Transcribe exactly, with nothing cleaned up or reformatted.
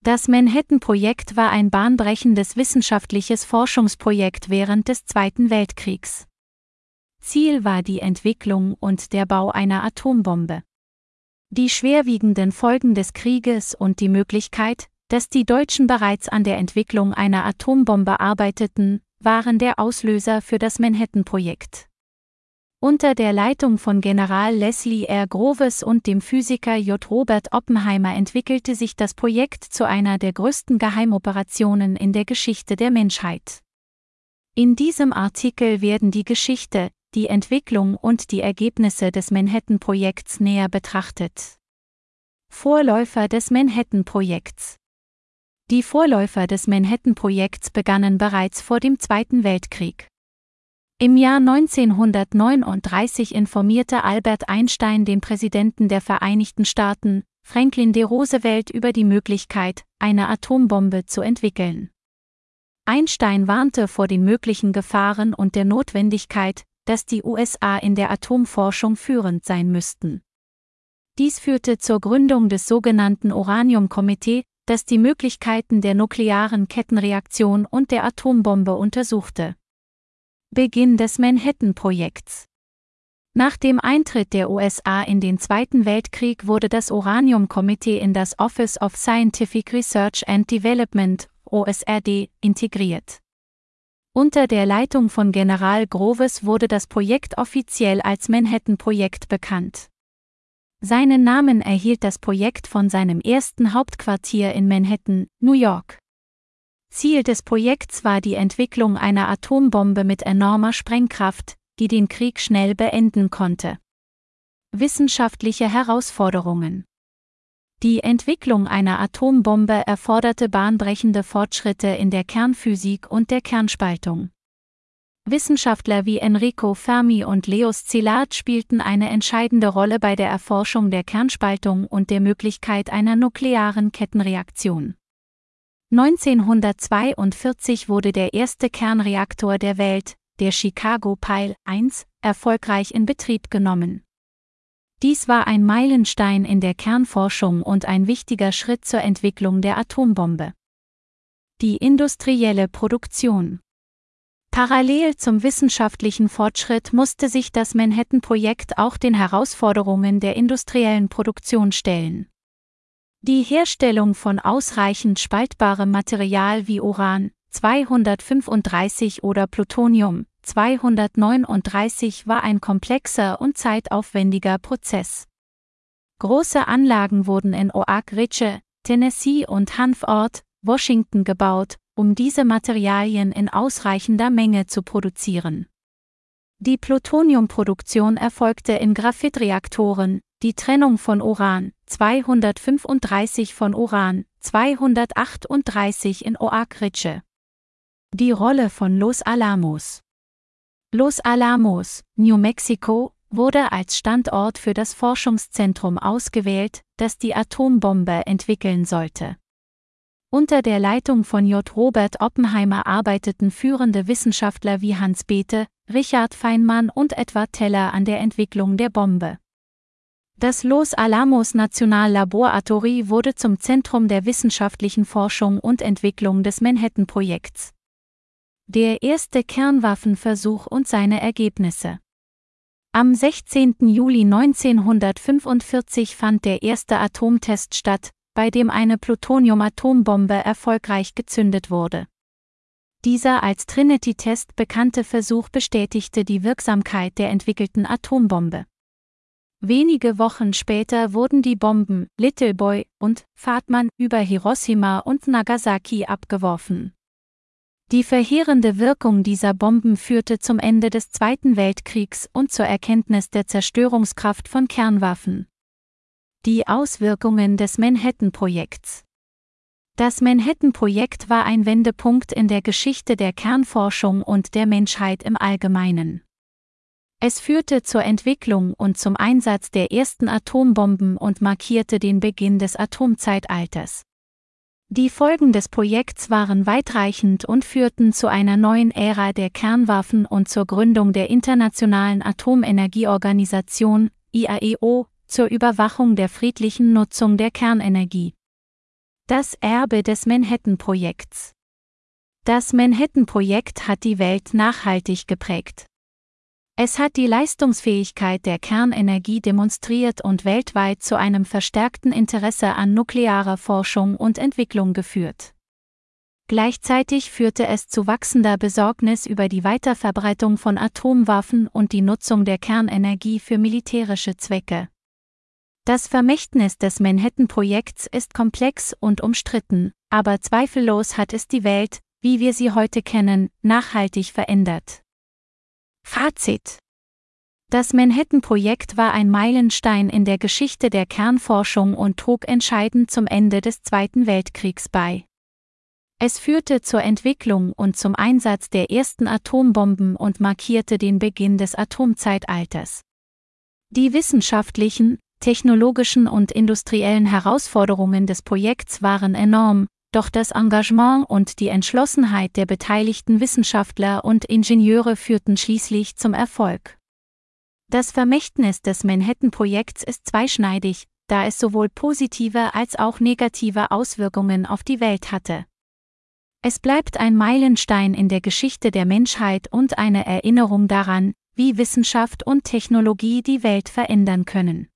Das Manhattan-Projekt war ein bahnbrechendes wissenschaftliches Forschungsprojekt während des Zweiten Weltkriegs. Ziel war die Entwicklung und der Bau einer Atombombe. Die schwerwiegenden Folgen des Krieges und die Möglichkeit, dass die Deutschen bereits an der Entwicklung einer Atombombe arbeiteten, waren der Auslöser für das Manhattan-Projekt. Unter der Leitung von General Leslie R. Groves und dem Physiker J. Robert Oppenheimer entwickelte sich das Projekt zu einer der größten Geheimoperationen in der Geschichte der Menschheit. In diesem Artikel werden die Geschichte, die Entwicklung und die Ergebnisse des Manhattan-Projekts näher betrachtet. Vorläufer des Manhattan-Projekts. Die Vorläufer des Manhattan-Projekts begannen bereits vor dem Zweiten Weltkrieg. Im Jahr neunzehnhundertneununddreißig informierte Albert Einstein den Präsidenten der Vereinigten Staaten, Franklin D. Roosevelt, über die Möglichkeit, eine Atombombe zu entwickeln. Einstein warnte vor den möglichen Gefahren und der Notwendigkeit, dass die U S A in der Atomforschung führend sein müssten. Dies führte zur Gründung des sogenannten Uranium-Komitee, das die Möglichkeiten der nuklearen Kettenreaktion und der Atombombe untersuchte. Beginn des Manhattan-Projekts. Nach dem Eintritt der U S A in den Zweiten Weltkrieg wurde das Uranium-Komitee in das Office of Scientific Research and Development, O S R D, integriert. Unter der Leitung von General Groves wurde das Projekt offiziell als Manhattan-Projekt bekannt. Seinen Namen erhielt das Projekt von seinem ersten Hauptquartier in Manhattan, New York. Ziel des Projekts war die Entwicklung einer Atombombe mit enormer Sprengkraft, die den Krieg schnell beenden konnte. Wissenschaftliche Herausforderungen. Die Entwicklung einer Atombombe erforderte bahnbrechende Fortschritte in der Kernphysik und der Kernspaltung. Wissenschaftler wie Enrico Fermi und Leo Szilard spielten eine entscheidende Rolle bei der Erforschung der Kernspaltung und der Möglichkeit einer nuklearen Kettenreaktion. neunzehnhundertzweiundvierzig wurde der erste Kernreaktor der Welt, der Chicago Pile eins, erfolgreich in Betrieb genommen. Dies war ein Meilenstein in der Kernforschung und ein wichtiger Schritt zur Entwicklung der Atombombe. Die industrielle Produktion. Parallel zum wissenschaftlichen Fortschritt musste sich das Manhattan-Projekt auch den Herausforderungen der industriellen Produktion stellen. Die Herstellung von ausreichend spaltbarem Material wie Uran zweihundertfünfunddreißig oder Plutonium zweihundertneununddreißig war ein komplexer und zeitaufwendiger Prozess. Große Anlagen wurden in Oak Ridge, Tennessee und Hanford, Washington gebaut, um diese Materialien in ausreichender Menge zu produzieren. Die Plutoniumproduktion erfolgte in Graphitreaktoren, die Trennung von Uran zweihundertfünfunddreißig von Uran zweihundertachtunddreißig in Oak Ridge. Die Rolle von Los Alamos. Los Alamos, New Mexico, wurde als Standort für das Forschungszentrum ausgewählt, das die Atombombe entwickeln sollte. Unter der Leitung von J. Robert Oppenheimer arbeiteten führende Wissenschaftler wie Hans Bethe, Richard Feynman und Edward Teller an der Entwicklung der Bombe. Das Los Alamos Nationallaboratory wurde zum Zentrum der wissenschaftlichen Forschung und Entwicklung des Manhattan-Projekts. Der erste Kernwaffenversuch und seine Ergebnisse. Am sechzehnten Juli neunzehnhundertfünfundvierzig fand der erste Atomtest statt, bei dem eine Plutonium-Atombombe erfolgreich gezündet wurde. Dieser als Trinity-Test bekannte Versuch bestätigte die Wirksamkeit der entwickelten Atombombe. Wenige Wochen später wurden die Bomben Little Boy und Fat Man über Hiroshima und Nagasaki abgeworfen. Die verheerende Wirkung dieser Bomben führte zum Ende des Zweiten Weltkriegs und zur Erkenntnis der Zerstörungskraft von Kernwaffen. Die Auswirkungen des Manhattan-Projekts. Das Manhattan-Projekt war ein Wendepunkt in der Geschichte der Kernforschung und der Menschheit im Allgemeinen. Es führte zur Entwicklung und zum Einsatz der ersten Atombomben und markierte den Beginn des Atomzeitalters. Die Folgen des Projekts waren weitreichend und führten zu einer neuen Ära der Kernwaffen und zur Gründung der Internationalen Atomenergieorganisation, I A E O, zur Überwachung der friedlichen Nutzung der Kernenergie. Das Erbe des Manhattan-Projekts. Das Manhattan-Projekt hat die Welt nachhaltig geprägt. Es hat die Leistungsfähigkeit der Kernenergie demonstriert und weltweit zu einem verstärkten Interesse an nuklearer Forschung und Entwicklung geführt. Gleichzeitig führte es zu wachsender Besorgnis über die Weiterverbreitung von Atomwaffen und die Nutzung der Kernenergie für militärische Zwecke. Das Vermächtnis des Manhattan-Projekts ist komplex und umstritten, aber zweifellos hat es die Welt, wie wir sie heute kennen, nachhaltig verändert. Fazit: Das Manhattan-Projekt war ein Meilenstein in der Geschichte der Kernforschung und trug entscheidend zum Ende des Zweiten Weltkriegs bei. Es führte zur Entwicklung und zum Einsatz der ersten Atombomben und markierte den Beginn des Atomzeitalters. Die wissenschaftlichen, technologischen und industriellen Herausforderungen des Projekts waren enorm, doch das Engagement und die Entschlossenheit der beteiligten Wissenschaftler und Ingenieure führten schließlich zum Erfolg. Das Vermächtnis des Manhattan-Projekts ist zweischneidig, da es sowohl positive als auch negative Auswirkungen auf die Welt hatte. Es bleibt ein Meilenstein in der Geschichte der Menschheit und eine Erinnerung daran, wie Wissenschaft und Technologie die Welt verändern können.